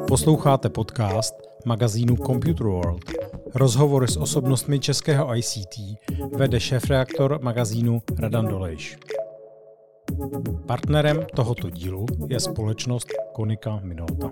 Posloucháte podcast magazínu Computer World. Rozhovory s osobnostmi českého ICT vede šéfredaktor magazínu Radan Dolejš. Partnerem tohoto dílu je společnost Konica Minolta.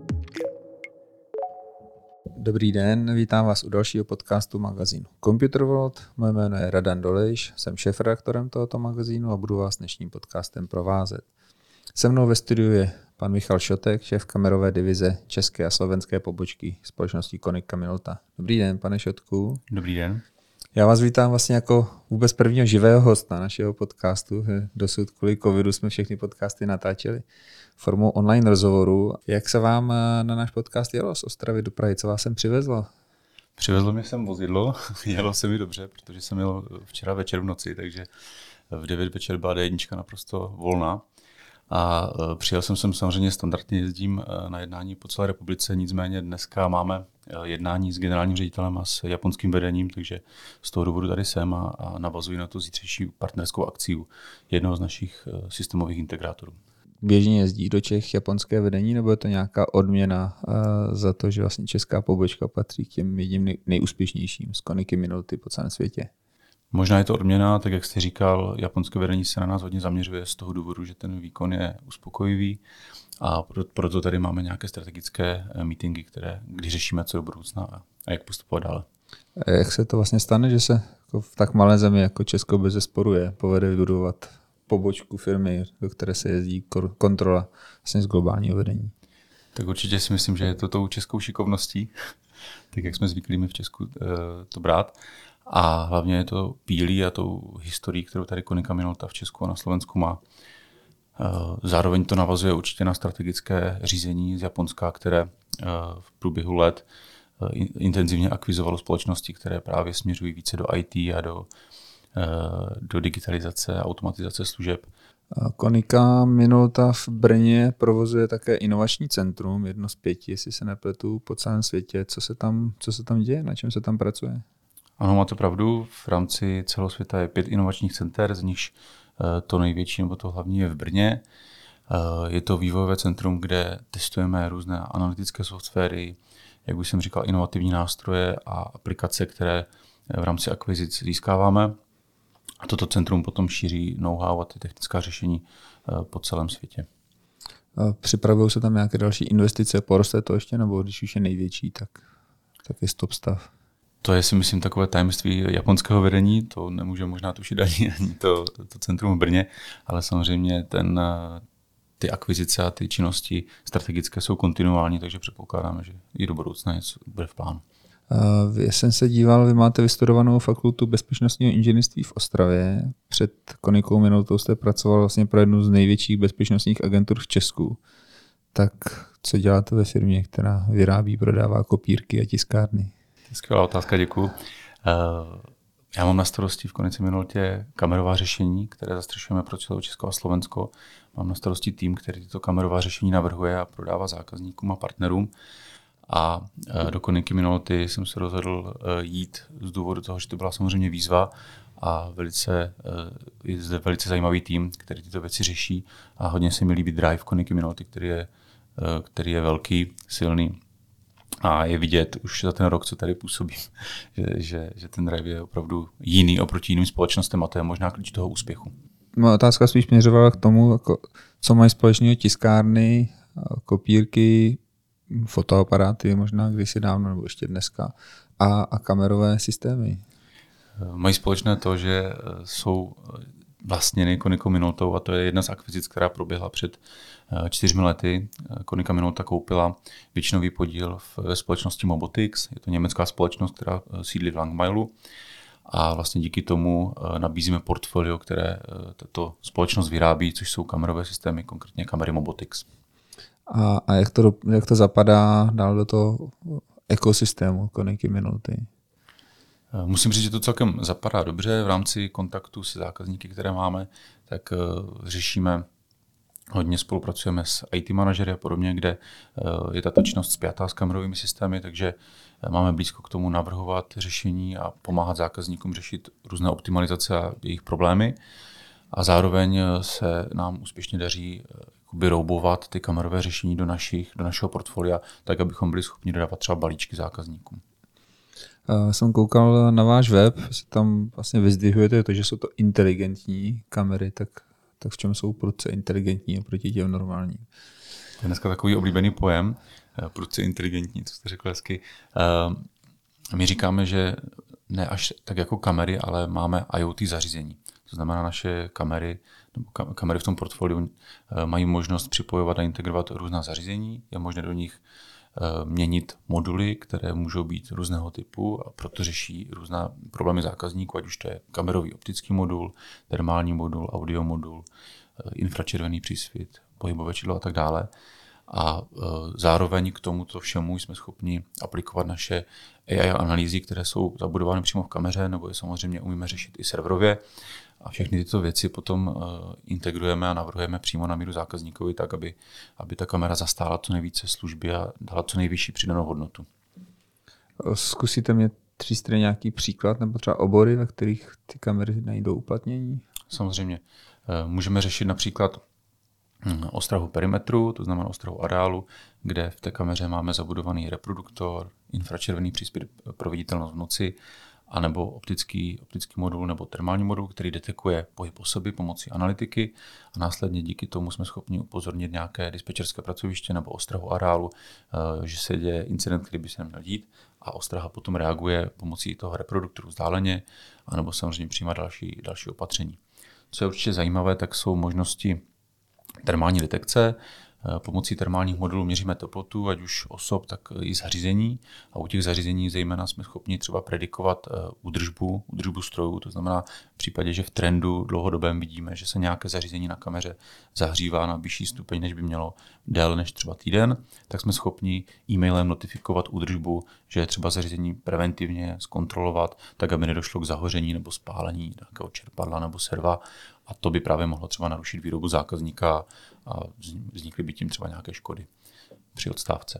Dobrý den, vítám vás u dalšího podcastu magazínu Computer World. Moje jméno je Radan Dolejš, jsem šéfredaktorem tohoto magazínu a budu vás dnešním podcastem provázet. Se mnou ve studiu je pan Michal Šotek, šéf kamerové divize české a slovenské pobočky společnosti Konica Minolta. Dobrý den, pane Šotku. Dobrý den. Já vás vítám vlastně jako vůbec prvního živého hosta našeho podcastu. Dosud kvůli covidu jsme všechny podcasty natáčeli formou online rozhovoru. Jak se vám na náš podcast jelo z Ostravy do Prahy? Co vás sem přivezlo? Přivezlo mě sem vozidlo, jelo se mi dobře, protože jsem jel včera večer v noci, takže v 9 večer byla D1 naprosto volná. A přijel jsem sem, samozřejmě standardně jezdím na jednání po celé republice, nicméně dneska máme jednání s generálním ředitelem a s japonským vedením, takže z toho důvodu tady jsem a navazuji na to zítřejší partnerskou akci jednoho z našich systémových integrátorů. Běžně jezdí do Čech japonské vedení, nebo je to nějaká odměna za to, že vlastně česká pobočka patří k těm jedním nejúspěšnějším z Koniky Minolty po celém světě? Možná je to odměna, tak jak jste říkal, japonské vedení se na nás hodně zaměřuje z toho důvodu, že ten výkon je uspokojivý a proto tady máme nějaké strategické meetingy, kdy řešíme, co do budoucna a jak postupovat dále. A jak se to vlastně stane, že se v tak malé zemi jako Česko bezesporu povede vybudovat pobočku firmy, do které se jezdí kontrola vlastně z globálního vedení? Tak určitě si myslím, že je to tou českou šikovností, tak jak jsme zvyklí my v Česku to brát. A hlavně je to pílí a tou historií, kterou tady Konica Minolta v Česku a na Slovensku má. Zároveň to navazuje určitě na strategické řízení z Japonska, které v průběhu let intenzivně akvizovalo společnosti, které právě směřují více do IT a do digitalizace a automatizace služeb. Konica Minolta v Brně provozuje také inovační centrum, jedno z 5, jestli se nepletu, po celém světě. Co se tam děje, na čem se tam pracuje? Ano, máte pravdu. V rámci celého světa je 5 inovačních center, z nichž to největší nebo to hlavní je v Brně. Je to vývojové centrum, kde testujeme různé analytické softwary, jak už jsem říkal, inovativní nástroje a aplikace, které v rámci akvizic získáváme. A toto centrum potom šíří know-how a ty technická řešení po celém světě. Připravují se tam nějaké další investice? Poroste to ještě, nebo když už je největší, tak je stop stav? To je, si myslím, takové tajemství japonského vedení, to nemůže možná tušit ani to centrum v Brně, ale samozřejmě ty akvizice a ty činnosti strategické jsou kontinuální, takže předpokládáme, že i do budoucna něco bude v plánu. Já jsem se díval, vy máte vystudovanou fakultu bezpečnostního inženýrství v Ostravě. Před Konicou Minoltou jste pracoval vlastně pro jednu z největších bezpečnostních agentur v Česku. Tak co děláte ve firmě, která vyrábí, prodává kopírky a tiskárny? Skvělá otázka, děkuju. Já mám na starosti v Konice Minoltě kamerová řešení, které zastřešujeme pro celou Česko a Slovensko. Mám na starosti tým, který tyto kamerová řešení navrhuje a prodává zákazníkům a partnerům. A do Koniky Minolty jsem se rozhodl jít z důvodu toho, že to byla samozřejmě výzva a je zde velice zajímavý tým, který tyto věci řeší a hodně se mi líbí drive Koniky Minolty, který je velký, silný. A je vidět už za ten rok, co tady působím, že ten drive je opravdu jiný oproti jiným společnostem a to je možná klíč toho úspěchu. Moje otázka spíš směřovala k tomu, co mají společného tiskárny, kopírky, fotoaparáty možná kdysi dávno nebo ještě dneska a kamerové systémy. Mají společné to, že jsou vlastněny Konicou Minoltou a to je jedna z akvizic, která proběhla před 4 lety. Konica Minolta koupila většinový podíl ve společnosti Mobotix. Je to německá společnost, která sídlí v Langweilu a vlastně díky tomu nabízíme portfolio, které tato společnost vyrábí, což jsou kamerové systémy, konkrétně kamery Mobotix. A jak to zapadá dál do toho ekosystému Koniky Minolty? Musím říct, že to celkem zapadá dobře. V rámci kontaktu se zákazníky, které máme, tak řešíme, hodně spolupracujeme s IT manažery a podobně, kde je tato činnost spjatá s kamerovými systémy, takže máme blízko k tomu navrhovat řešení a pomáhat zákazníkům řešit různé optimalizace a jejich problémy. A zároveň se nám úspěšně daří roubovat ty kamerové řešení do našeho portfolia, tak abychom byli schopni dodávat třeba balíčky zákazníkům. Jsem koukal na váš web, tam vlastně vyzdvihujete to, že jsou to inteligentní kamery, tak v čem jsou prudce inteligentní oproti těm normálním? To je dneska takový oblíbený pojem, prudce inteligentní, co jste řekl hezky. My říkáme, že ne až tak jako kamery, ale máme IoT zařízení. To znamená, naše kamery v tom portfoliu mají možnost připojovat a integrovat různá zařízení. Je možné do nich měnit moduly, které můžou být různého typu a proto řeší různá problémy zákazníků, ať už to je kamerový optický modul, termální modul, audio modul, infračervený přísvit, pohybové čidlo a tak dále. A zároveň k tomuto všemu jsme schopni aplikovat naše AI analýzy, které jsou zabudovány přímo v kameře, nebo je samozřejmě umíme řešit i serverově. A všechny tyto věci potom integrujeme a navrhujeme přímo na míru zákazníkovi tak, aby ta kamera zastála co nejvíce služby a dala co nejvyšší přidanou hodnotu. Zkusíte mě tříct nějaký příklad nebo třeba obory, ve kterých ty kamery najdou uplatnění? Samozřejmě. Můžeme řešit například ostrahu perimetru, to znamená ostrahu areálu, kde v té kameře máme zabudovaný reproduktor, infračervený přísvit pro viditelnost v noci, anebo optický modul nebo termální modul, který detekuje pohyb osoby pomocí analytiky a následně díky tomu jsme schopni upozornit nějaké dispečerské pracoviště nebo ostrahu areálu, že se děje incident, který by se neměl dít a ostraha potom reaguje pomocí toho reproduktoru vzdáleně anebo samozřejmě přijímá další opatření. Co je určitě zajímavé, tak jsou možnosti termální detekce. Pomocí termálních modulů měříme teplotu, ať už osob, tak i zařízení. A u těch zařízení zejména jsme schopni třeba predikovat údržbu strojů. To znamená v případě, že v trendu dlouhodobém vidíme, že se nějaké zařízení na kameře zahřívá na vyšší stupeň, než by mělo, déle než třeba týden, tak jsme schopni e-mailem notifikovat údržbu, že je třeba zařízení preventivně zkontrolovat, tak aby nedošlo k zahoření nebo spálení nějakého čerpadla nebo serva. A to by právě mohlo třeba narušit výrobu zákazníka a vznikly by tím třeba nějaké škody při odstávce.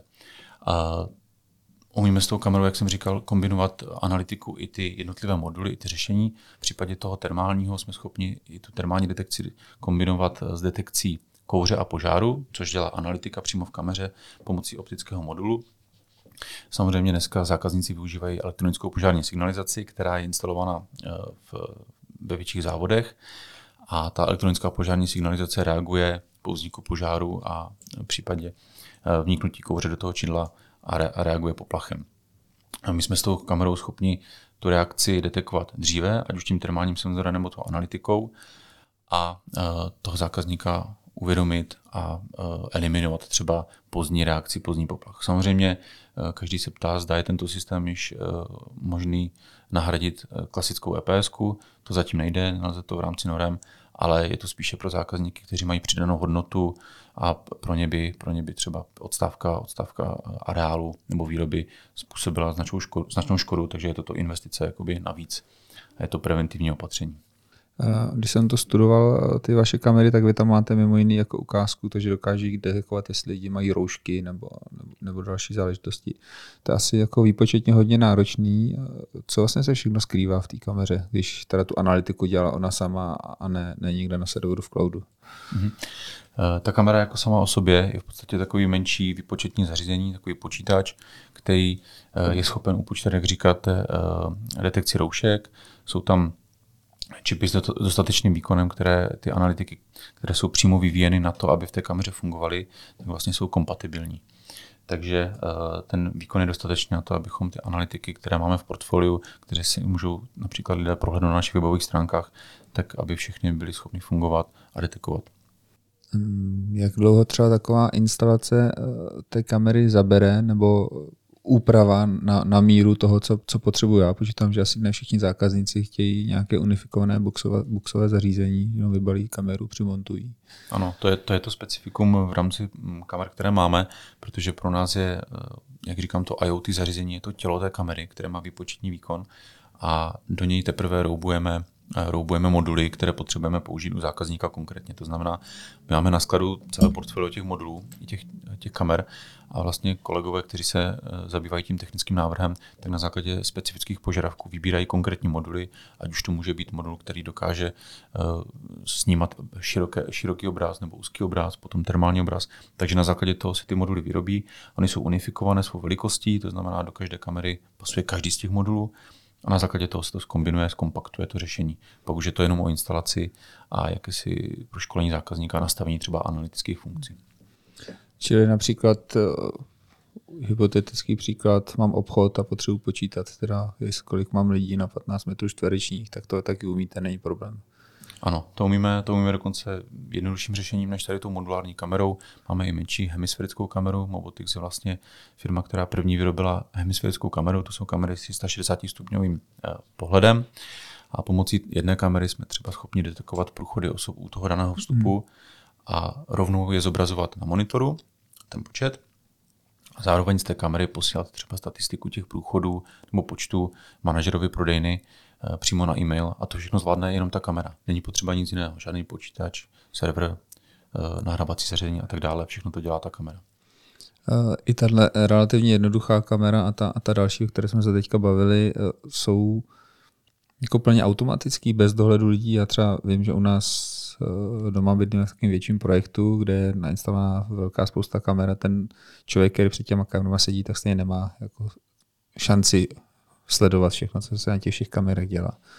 Umíme s tou kamerou, jak jsem říkal, kombinovat analytiku i ty jednotlivé moduly, i ty řešení. V případě toho termálního jsme schopni i tu termální detekci kombinovat s detekcí kouře a požáru, což dělá analytika přímo v kameře pomocí optického modulu. Samozřejmě dneska zákazníci využívají elektronickou požární signalizaci, která je instalovaná ve větších závodech. A ta elektronická požární signalizace reaguje po vzniku požáru a v případě vniknutí kouře do toho čidla a reaguje poplachem. A my jsme s tou kamerou schopni tu reakci detekovat dříve, ať už tím termálním senzorem nebo tou analytikou a toho zákazníka uvědomit a eliminovat třeba pozdní reakci, pozdní poplach. Samozřejmě každý se ptá, zda je tento systém již možný nahradit klasickou EPS-ku. To zatím nejde, nelze to v rámci norem, ale je to spíše pro zákazníky, kteří mají přidanou hodnotu a pro ně by třeba odstávka areálu nebo výroby způsobila značnou škodu, takže je to investice jakoby navíc. Je to preventivní opatření. Když jsem to studoval, ty vaše kamery, tak vy tam máte mimo jiný jako ukázku, takže dokáží detekovat, jestli lidi mají roušky nebo další záležitosti. To je asi jako výpočetně hodně náročný. Co vlastně se všechno skrývá v té kameře, když teda tu analytiku dělá ona sama a ne někde na serveru v cloudu? Mm-hmm. Ta kamera jako sama o sobě je v podstatě takový menší výpočetní zařízení, takový počítač, který je schopen upočítat, jak říkáte, detekci roušek. Jsou tam čipy s dostatečným výkonem, které ty analytiky, které jsou přímo vyvíjeny na to, aby v té kameře fungovaly, tak vlastně jsou kompatibilní. Takže ten výkon je dostatečný na to, abychom ty analytiky, které máme v portfoliu, které si můžou například lidé prohlédnout na našich webových stránkách, tak aby všechny byly schopny fungovat a detekovat. Jak dlouho třeba taková instalace té kamery zabere, nebo úprava na míru toho, co potřebuji já? Počítám, že asi ne všichni zákazníci chtějí nějaké unifikované boxové zařízení, jenom vybalí kameru, přimontují. Ano, to je to specifikum v rámci kamer, které máme, protože pro nás je, jak říkám, to IoT zařízení, je to tělo té kamery, které má výpočetní výkon a do něj teprve roubujeme roubujeme moduly, které potřebujeme použít u zákazníka konkrétně. To znamená, my máme na skladu celé portfolio těch modulů, těch kamer a vlastně kolegové, kteří se zabývají tím technickým návrhem, tak na základě specifických požadavků vybírají konkrétní moduly, ať už to může být modul, který dokáže snímat široký obraz nebo úzký obraz, potom termální obraz. Takže na základě toho si ty moduly vyrobí. Oni jsou unifikované svou velikostí, to znamená, do každé kamery pasuje každý z těch modulů. A na základě toho se to zkombinuje, zkompaktuje to řešení. Pak už je to jenom o instalaci a jakési proškolení zákazníka a nastavení třeba analytických funkcí. Čili například hypotetický příklad, mám obchod a potřebuji počítat, teda kolik mám lidí na 15 metrů čtverečních, tak to taky umíte, není problém. Ano, to umíme dokonce jednodušším řešením než tady tou modulární kamerou. Máme i menší hemisférickou kameru. Mobotix je vlastně firma, která první vyrobila hemisférickou kameru. To jsou kamery s 360 stupňovým pohledem. A pomocí jedné kamery jsme třeba schopni detekovat průchody osob u toho daného vstupu a rovnou je zobrazovat na monitoru, ten počet. A zároveň z té kamery posílat třeba statistiku těch průchodů nebo počtu manažerovi prodejny přímo na e-mail a to všechno zvládne jenom ta kamera. Není potřeba nic jiného, žádný počítač, server, nahrávací zařízení a tak dále. Všechno to dělá ta kamera. I tahle relativně jednoduchá kamera a ta další, o které jsme se teďka bavili, jsou jako plně automatický, bez dohledu lidí. Já třeba vím, že u nás doma bydlím v takovém větším projektu, kde je nainstalovaná velká spousta kamera. Ten člověk, který před těma kamerama sedí, tak stejně nemá jako šanci sledovat všechno, co se na těch všech kamerách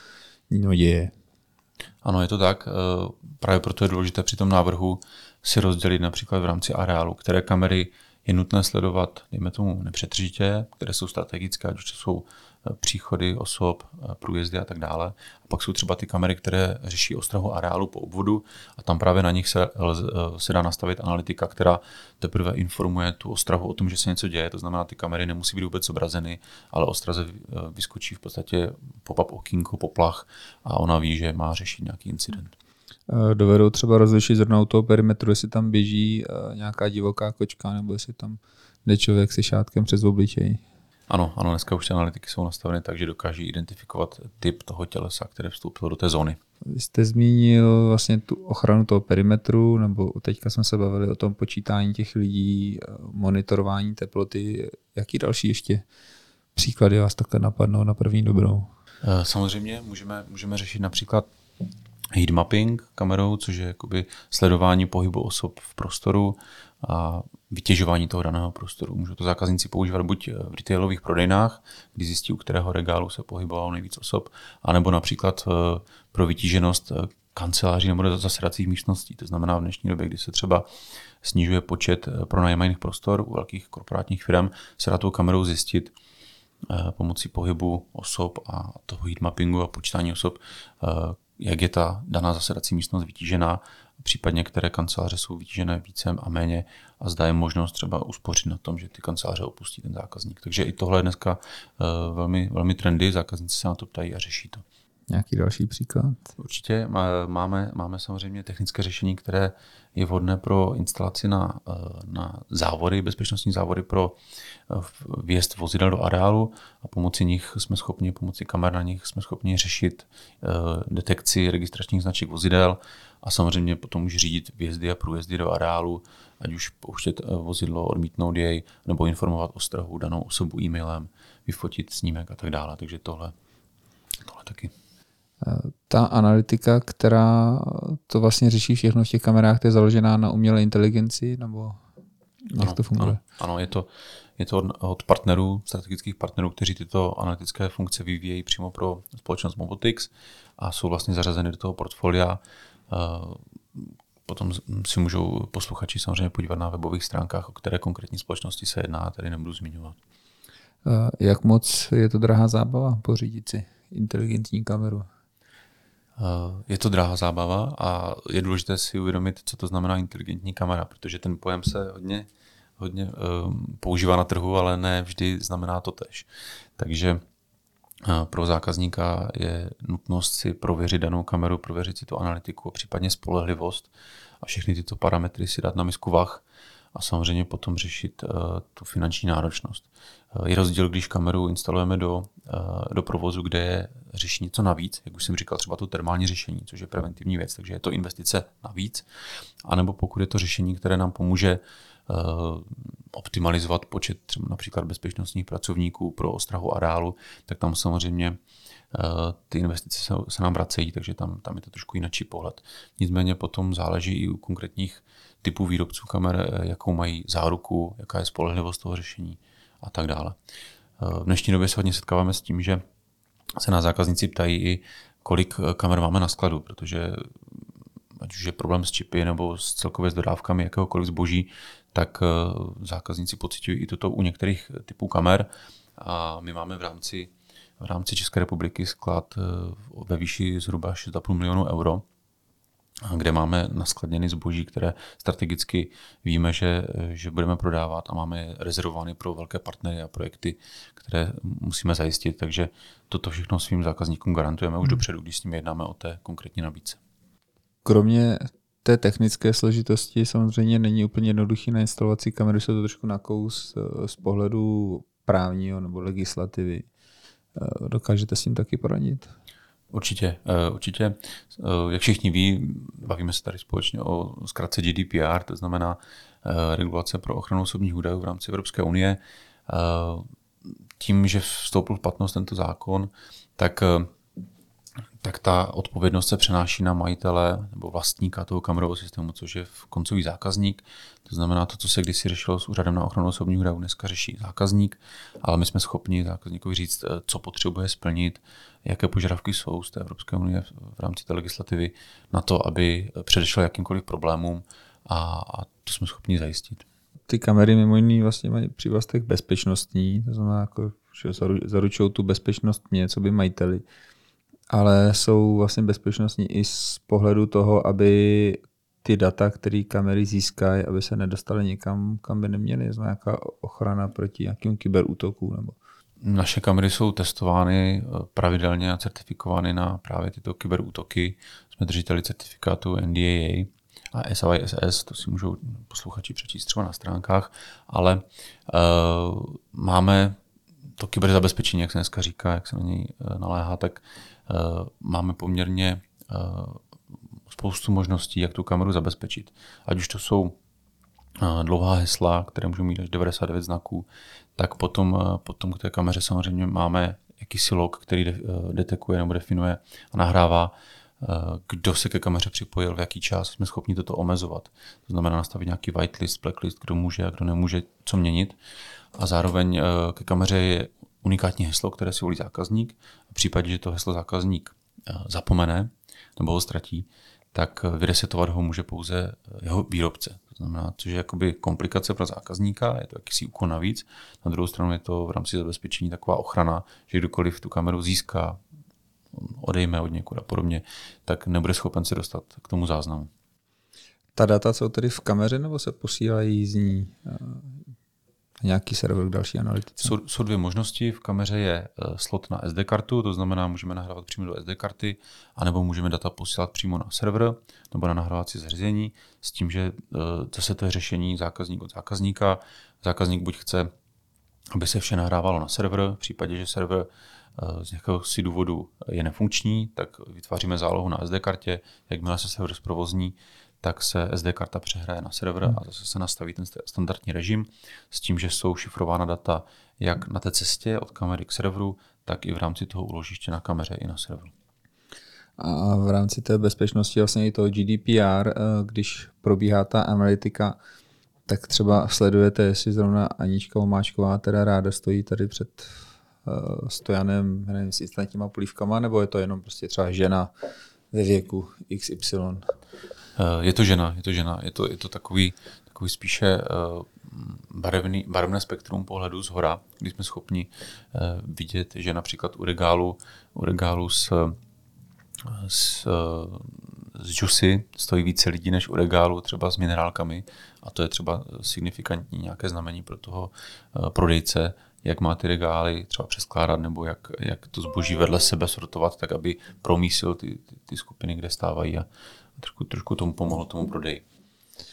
děje. Ano, je to tak. Právě proto je důležité při tom návrhu si rozdělit například v rámci areálu, které kamery je nutné sledovat, dejme tomu, nepřetržitě, které jsou strategické, ať už to jsou příchody osob, průjezdy a tak dále. A pak jsou třeba ty kamery, které řeší ostrahu areálu po obvodu a tam právě na nich se dá nastavit analytika, která teprve informuje tu ostrahu o tom, že se něco děje. To znamená, ty kamery nemusí být vůbec zobrazeny, ale ostraze vyskočí v podstatě pop-up okýnko, poplach a ona ví, že má řešit nějaký incident. Dovedou třeba rozlišit zrovna u toho perimetru, jestli tam běží nějaká divoká kočka nebo jestli tam jde člověk se šátkem přes obličej. Ano, dneska už ty analytiky jsou nastaveny tak, že dokáží identifikovat typ toho tělesa, které vstoupilo do té zóny. Vy jste zmínil vlastně tu ochranu toho perimetru, nebo teďka jsme se bavili o tom počítání těch lidí, monitorování teploty. Jaký další ještě příklady vás takhle napadnou na první dobrou? Samozřejmě můžeme řešit například heat mapping kamerou, což je jakoby sledování pohybu osob v prostoru a vytěžování toho daného prostoru. Můžou to zákazníci používat buď v retailových prodejnách, kdy zjistí, u kterého regálu se pohybovalo nejvíc osob, anebo například pro vytíženost kanceláří nebo zasedacích místností. To znamená v dnešní době, kdy se třeba snižuje počet pronajímaných prostor u velkých korporátních firm, se dá tou kamerou zjistit pomocí pohybu osob a toho heat mappingu a počítání osob, jak je ta daná zasedací místnost vytížená, případně které kanceláře jsou vytížené více a méně a zda je možnost třeba uspořit na tom, že ty kanceláře opustí ten zákazník. Takže i tohle je dneska velmi, velmi trendy, zákazníci se na to ptají a řeší to. Nějaký další příklad? Určitě máme samozřejmě technické řešení, které je vhodné pro instalaci na závody, bezpečnostní závody pro vjezd vozidel do areálu a pomocí kamer na nich jsme schopni řešit detekci registračních značek vozidel a samozřejmě potom už řídit vjezdy a průjezdy do areálu, ať už pouštět vozidlo, odmítnout jej, nebo informovat o strahu danou osobu e-mailem, vyfotit snímek a tak dále. Takže tohle taky. Ta analytika, která to vlastně řeší všechno v těch kamerách, je založená na umělé inteligenci, nebo jak to funguje? Ano, je to od partnerů, strategických partnerů, kteří tyto analytické funkce vyvíjejí přímo pro společnost Mobotix a jsou vlastně zařazeny do toho portfolia. Potom si můžou posluchači samozřejmě podívat na webových stránkách, o které konkrétní společnosti se jedná, tady nebudu zmiňovat. Jak moc je to drahá zábava pořídit si inteligentní kameru? Je to drahá zábava a je důležité si uvědomit, co to znamená inteligentní kamera, protože ten pojem se hodně používá na trhu, ale ne vždy znamená to též. Takže pro zákazníka je nutnost si prověřit danou kameru, prověřit si tu analytiku, případně spolehlivost a všechny tyto parametry si dát na misku vah a samozřejmě potom řešit tu finanční náročnost. Je rozdíl, když kameru instalujeme do provozu, kde je řeší něco navíc, jak už jsem říkal, třeba to termální řešení, což je preventivní věc, takže je to investice navíc, anebo pokud je to řešení, které nám pomůže optimalizovat počet třeba například bezpečnostních pracovníků pro ostrahu areálu, tak tam samozřejmě ty investice se nám vracejí, takže tam je to trošku jiný pohled. Nicméně potom záleží i u konkrétních typů výrobců kamer, jakou mají záruku, jaká je spolehlivost toho řešení a tak dále. V dnešní době se hodně setkáváme s tím, že se nás zákazníci ptají i, kolik kamer máme na skladu, protože ať už je problém s čipy nebo celkově s dodávkami jakéhokoliv zboží, tak zákazníci pociťují i toto u některých typů kamer a my máme v rámci České republiky sklad ve výši zhruba 6,5 milionu euro, kde máme naskladněny zboží, které strategicky víme, že budeme prodávat a máme je rezervovány pro velké partnery a projekty, které musíme zajistit. Takže toto všechno svým zákazníkům garantujeme už dopředu, když s nimi jednáme o té konkrétní nabídce. Kromě té technické složitosti samozřejmě není úplně jednoduchý na instalovací kamery, se to trošku nakous z pohledu právního nebo legislativy. Dokážete s tím taky poradit? Určitě. Jak všichni ví, bavíme se tady společně o zkratce GDPR, to znamená regulace pro ochranu osobních údajů v rámci Evropské unie. Tím, že vstoupil v platnost tento zákon, tak ta odpovědnost se přenáší na majitele nebo vlastníka toho kamerového systému, což je koncový zákazník. To znamená, to, co se kdysi řešilo s úřadem na ochranu osobních údajů, dneska řeší zákazník, ale my jsme schopni zákazníkovi říct, co potřebuje splnit, jaké požadavky jsou z té Evropské unie v rámci té legislativy na to, aby předešlo jakýmkoliv problémům a to jsme schopni zajistit. Ty kamery mimo jiný vlastně mají přívlastek bezpečnostní, to znamená, jako, že zaručují tu bezpečnost mě, co by majiteli, ale jsou vlastně bezpečnostní i z pohledu toho, aby ty data, které kamery získají, aby se nedostaly někam, kam by neměly. Je nějaká ochrana proti nějakým kyberútokům? Nebo... Naše kamery jsou testovány pravidelně a certifikovány na právě tyto kyberútoky. Jsme držiteli certifikátu NDAA a SISS, to si můžou posluchači přečíst třeba na stránkách, ale máme to kyberzabezpečení, jak se dneska říká, jak se na něj naléhá, tak máme poměrně spoustu možností, jak tu kameru zabezpečit. Ať už to jsou dlouhá hesla, které můžou mít až 99 znaků, tak potom k té kameře samozřejmě máme jakýsi log, který detekuje nebo definuje a nahrává, kdo se ke kameře připojil, v jaký čas. Jsme schopni toto omezovat. To znamená nastavit nějaký whitelist, blacklist, kdo může a kdo nemůže co měnit. A zároveň ke kameře je unikátní heslo, které si volí zákazník. V případě, že to heslo zákazník zapomene nebo ho ztratí, tak vyresetovat ho může pouze jeho výrobce. To znamená, což je jakoby komplikace pro zákazníka, je to jakýsi úkon navíc. Na druhou stranu je to v rámci zabezpečení taková ochrana, že kdokoliv tu kameru získá, odejme od někud a podobně, tak nebude schopen se dostat k tomu záznamu. Ta data jsou tedy v kameře nebo se posílají z ní nějaký server k další analytice? Jsou dvě možnosti. V kameře je slot na SD kartu, to znamená, můžeme nahrávat přímo do SD karty, anebo můžeme data posílat přímo na server nebo na nahrávací zařízení, s tím, že zase to je řešení zákazník od zákazníka. Zákazník buď chce, aby se vše nahrávalo na server, v případě, že server z nějakého si důvodu je nefunkční, tak vytváříme zálohu na SD kartě. Jakmile se server zprovozní, tak se SD karta přehraje na server a zase se nastaví ten standardní režim s tím, že jsou šifrována data jak na té cestě od kamery k serveru, tak i v rámci toho úložiště na kameře i na serveru. A v rámci té bezpečnosti vlastně i toho GDPR, když probíhá ta analytika, tak třeba sledujete, jestli zrovna Anička Omáčková teda ráda stojí tady před stojanem, nevím, s instantníma polívkama, nebo je to jenom prostě třeba žena ve věku XY? Je to žena. Je to takový spíše barevné spektrum pohledu zhora, kdy jsme schopni vidět, že například u regálu s džusy stojí více lidí než u regálu třeba s minerálkami a to je třeba signifikantní nějaké znamení pro toho prodejce, jak má ty regály třeba přeskládat nebo jak to zboží vedle sebe sortovat, tak aby promísil ty skupiny, kde stávají a trošku tomu pomohlo tomu prodeji.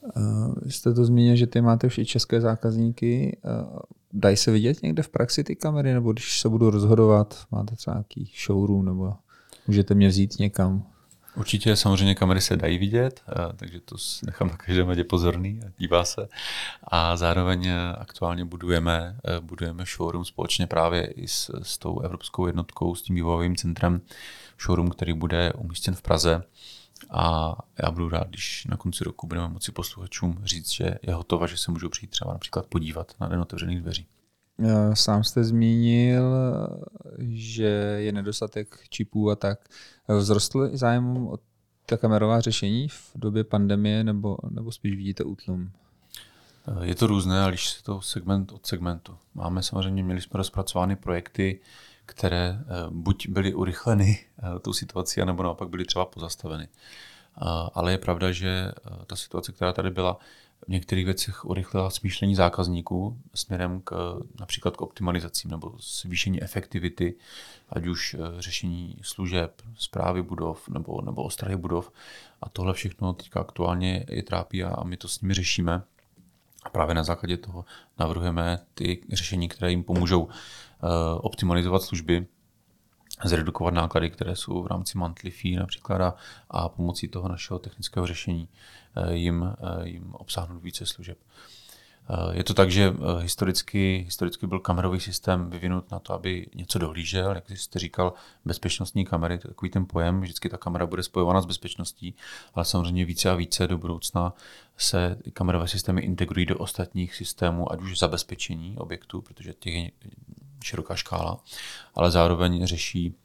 Jste to zmínil, že ty máte už i české zákazníky. Dají se vidět někde v praxi ty kamery, nebo když se budu rozhodovat, máte třeba nějaký showroom, nebo můžete mě vzít někam? Určitě samozřejmě kamery se dají vidět, takže to nechám na každém medě pozorný a dívá se. A zároveň aktuálně budujeme showroom společně právě i s tou evropskou jednotkou, s tím vývojovým centrem. Showroom, který bude umístěn v Praze. A já budu rád, když na konci roku budeme moci posluchačům říct, že je hotova, že se můžou přijít třeba například podívat na den otevřených dveří. Sám jste zmínil, že je nedostatek čipů a tak. Vzrostl zájem o ta kamerová řešení v době pandemie nebo spíš vidíte útlum? Je to různé, ale když se to segment od segmentu. Měli jsme rozpracovány projekty, které buď byly urychleny tou situací, anebo naopak byly třeba pozastaveny. Ale je pravda, že ta situace, která tady byla, v některých věcech urychlila smýšlení zákazníků směrem například k optimalizacím nebo zvýšení efektivity, ať už řešení služeb, správy budov nebo ostrahy budov. A tohle všechno teďka aktuálně je trápí a my to s nimi řešíme. A právě na základě toho navrhujeme ty řešení, které jim pomůžou optimalizovat služby, zredukovat náklady, které jsou v rámci monthly fee například a pomocí toho našeho technického řešení jim obsáhnout více služeb. Je to tak, že historicky byl kamerový systém vyvinut na to, aby něco dohlížel, jak jste říkal, bezpečnostní kamery, to je takový ten pojem, vždycky ta kamera bude spojovaná s bezpečností, ale samozřejmě více a více do budoucna se kamerové systémy integrují do ostatních systémů, ať už zabezpečení objektů, protože těch je široká škála, ale zároveň řeší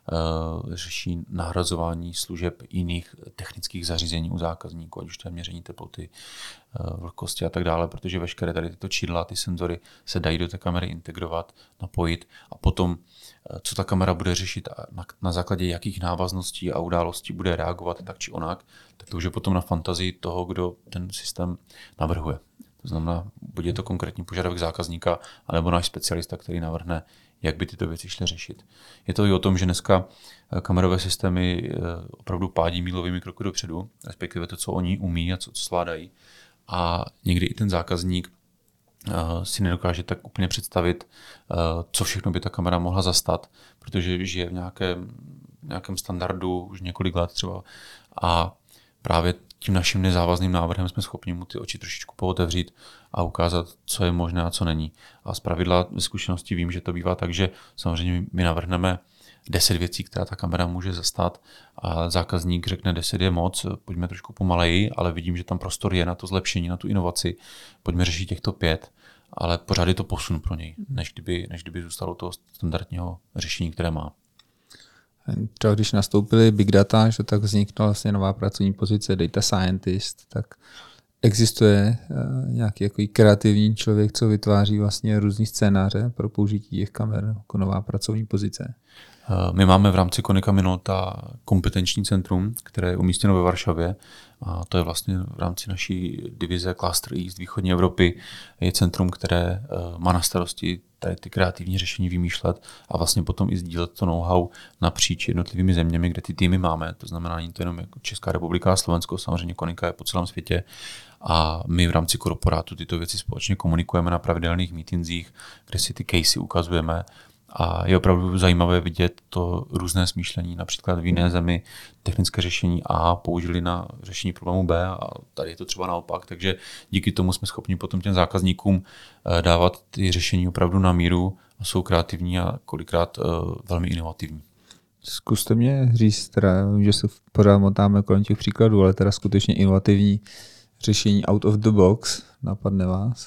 nahrazování služeb jiných technických zařízení u zákazníků, ať už to je měření teploty, vlhkosti a tak dále, protože veškeré tady tyto čidla, ty senzory se dají do té kamery integrovat, napojit a potom, co ta kamera bude řešit a na základě jakých návazností a událostí bude reagovat tak či onak, tak to už je potom na fantazii toho, kdo ten systém navrhuje. To znamená, buď je to konkrétní požadavek zákazníka, anebo náš specialista, který navrhne, jak by tyto věci šly řešit. Je to i o tom, že dneska kamerové systémy opravdu pádí mílovými kroky dopředu, respektive to, co oni umí a co zvládají. A někdy i ten zákazník si nedokáže tak úplně představit, co všechno by ta kamera mohla zastat, protože žije v nějakém standardu už několik let třeba a právě tím naším nezávazným návrhem jsme schopni mu ty oči trošičku pootevřít a ukázat, co je možné a co není. A zpravidla ve zkušenosti vím, že to bývá tak, že samozřejmě my navrhneme 10 věcí, která ta kamera může zastat a zákazník řekne 10 je moc, pojďme trošku pomaleji, ale vidím, že tam prostor je na to zlepšení, na tu inovaci, pojďme řešit těchto 5, ale pořád je to posun pro něj, než kdyby zůstalo toho standardního řešení, které má. Třeba když nastoupily big data, že tak vznikla vlastně nová pracovní pozice data scientist, tak existuje nějaký jako kreativní člověk, co vytváří vlastně různý scénáře pro použití těch kamer jako nová pracovní pozice. My máme v rámci Konica Minolta kompetenční centrum, které je umístěno ve Varšavě. A to je vlastně v rámci naší divize Cluster East východní Evropy. Je centrum, které má na starosti tady ty kreativní řešení vymýšlet a vlastně potom i sdílet to know-how napříč jednotlivými zeměmi, kde ty týmy máme. To znamená, není to jenom jako Česká republika a Slovensko, samozřejmě Konica je po celém světě. A my v rámci korporátu tyto věci společně komunikujeme na pravidelných meetingsích, kde si ty casey ukazujeme. A je opravdu zajímavé vidět to různé smýšlení. Například v jiné zemi technické řešení A použili na řešení problému B a tady je to třeba naopak. Takže díky tomu jsme schopni potom těm zákazníkům dávat ty řešení opravdu na míru a jsou kreativní a kolikrát velmi inovativní. Zkuste mě říct, teda, že se pořád motáme kolem těch příkladů, ale teda skutečně inovativní řešení out of the box napadne vás?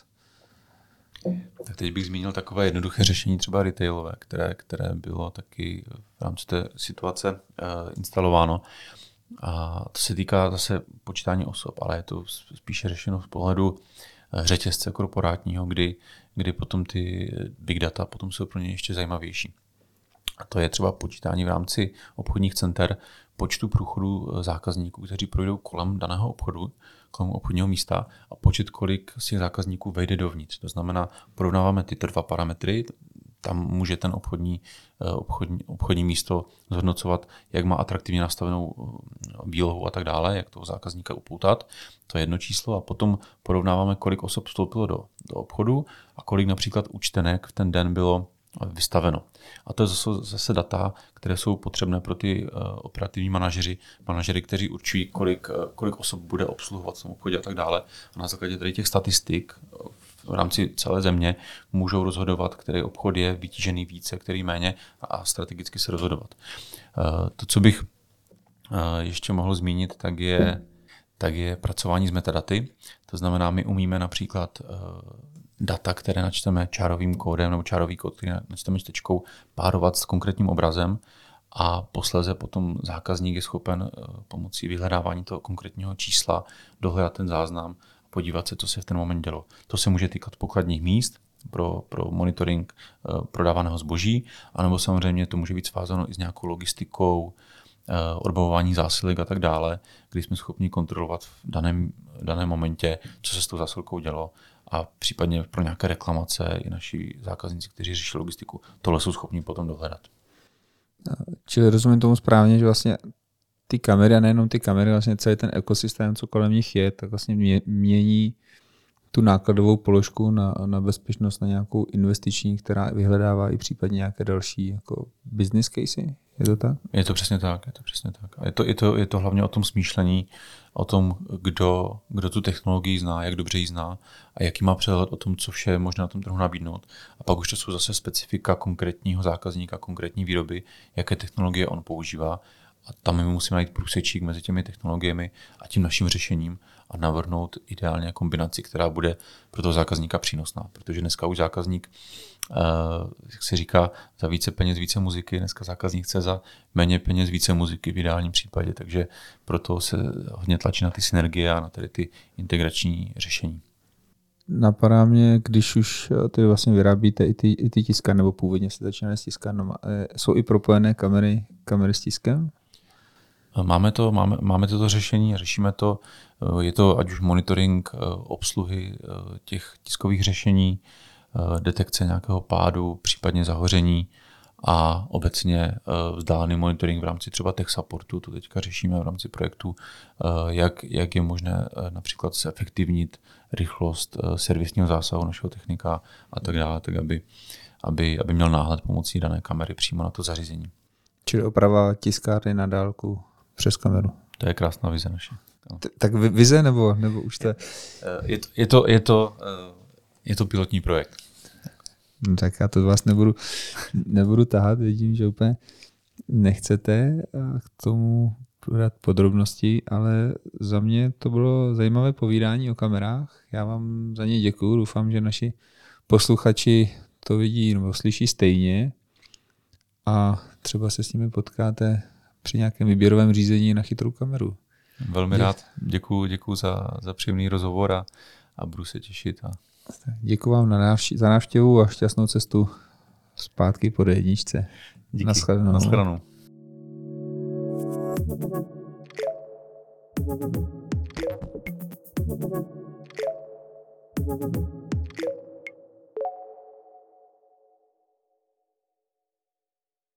Tak teď bych zmínil takové jednoduché řešení třeba retailové, které bylo taky v rámci té situace instalováno. A to se týká zase počítání osob, ale je to spíše řešeno z pohledu řetězce korporátního, kdy potom ty big data potom jsou pro ně ještě zajímavější. A to je třeba počítání v rámci obchodních center počtu průchodů zákazníků, kteří projdou kolem daného obchodu, kolem obchodního místa a počet, kolik z těch zákazníků vejde dovnitř. To znamená, porovnáváme tyto dva parametry, tam může ten obchodní místo zhodnocovat, jak má atraktivně nastavenou výlohu a tak dále, jak toho zákazníka upoutat. To je jedno číslo a potom porovnáváme, kolik osob vstoupilo do obchodu a kolik například účtenek v ten den bylo vystaveno. A to je zase data, které jsou potřebné pro ty operativní manažery, kteří určují, kolik osob bude obsluhovat v tom obchodě a tak dále. A na základě tady těch statistik v rámci celé země můžou rozhodovat, který obchod je vytížený více, který méně a strategicky se rozhodovat. To, co bych ještě mohl zmínit, tak je pracování s metadaty. To znamená, my umíme například data, které načteme čárovým kódem nebo čárový kód, který načteme čtečkou, párovat s konkrétním obrazem a posléze potom zákazník je schopen pomocí vyhledávání toho konkrétního čísla dohledat ten záznam a podívat se, co se v ten moment dělo. To se může týkat pokladních míst pro monitoring prodávaného zboží, anebo samozřejmě to může být svázáno i s nějakou logistikou, odbavování zásilek a tak dále, kdy jsme schopni kontrolovat v daném momentě, co se s tou zásilkou dělo a případně pro nějaké reklamace i naši zákazníci, kteří řeší logistiku, tohle jsou schopni potom dohledat. Čili rozumím tomu správně, že vlastně ty kamery a nejenom ty kamery, vlastně celý ten ekosystém, co kolem nich je, tak vlastně mění tu nákladovou položku na bezpečnost, na nějakou investiční, která vyhledává i případně nějaké další jako business casey. Je to tak? Je to přesně tak. Je to hlavně o tom smýšlení, o tom, kdo tu technologii zná, jak dobře ji zná a jaký má přehled o tom, co vše je možné na tom trhu nabídnout. A pak už to jsou zase specifika konkrétního zákazníka, konkrétní výroby, jaké technologie on používá. A tam my musíme najít průsečík mezi těmi technologiemi a tím naším řešením a navrhnout ideálně kombinaci, která bude pro toho zákazníka přínosná. Protože dneska už zákazník, jak se říká, za více peněz více muziky, dneska zákazník chce za méně peněz více muziky v ideálním případě, takže proto se hodně tlačí na ty synergie a na tady ty integrační řešení. Napadá mě, když už ty vlastně vyrábíte i ty tiskárny, nebo původně se začínaly s tiskárnama, jsou i propojené kamery s tiskem? Máme toto řešení, řešíme to. Je to ať už monitoring obsluhy těch tiskových řešení, detekce nějakého pádu, případně zahoření a obecně vzdálený monitoring v rámci třeba tech supportu. To teďka řešíme v rámci projektu, jak je možné například zefektivnit rychlost servisního zásahu našeho technika a tak dále, tak aby měl náhled pomocí dané kamery přímo na to zařízení. Čili oprava tiskárny na dálku přes kameru. To je krásná vize naše. Tak vize nebo už to je to pilotní projekt. No tak já to vás nebudu tahat, vidím, že úplně nechcete k tomu dát podrobnosti, ale za mě to bylo zajímavé povídání o kamerách. Já vám za ně děkuju, doufám, že naši posluchači to vidí nebo slyší stejně a třeba se s nimi potkáte při nějakém výběrovém řízení na chytrou kameru. Velmi rád. Děkuju za příjemný rozhovor a budu se těšit. Děkuju vám za návštěvu a šťastnou cestu zpátky po D1. Díky. Naschledanou. Naschledanou.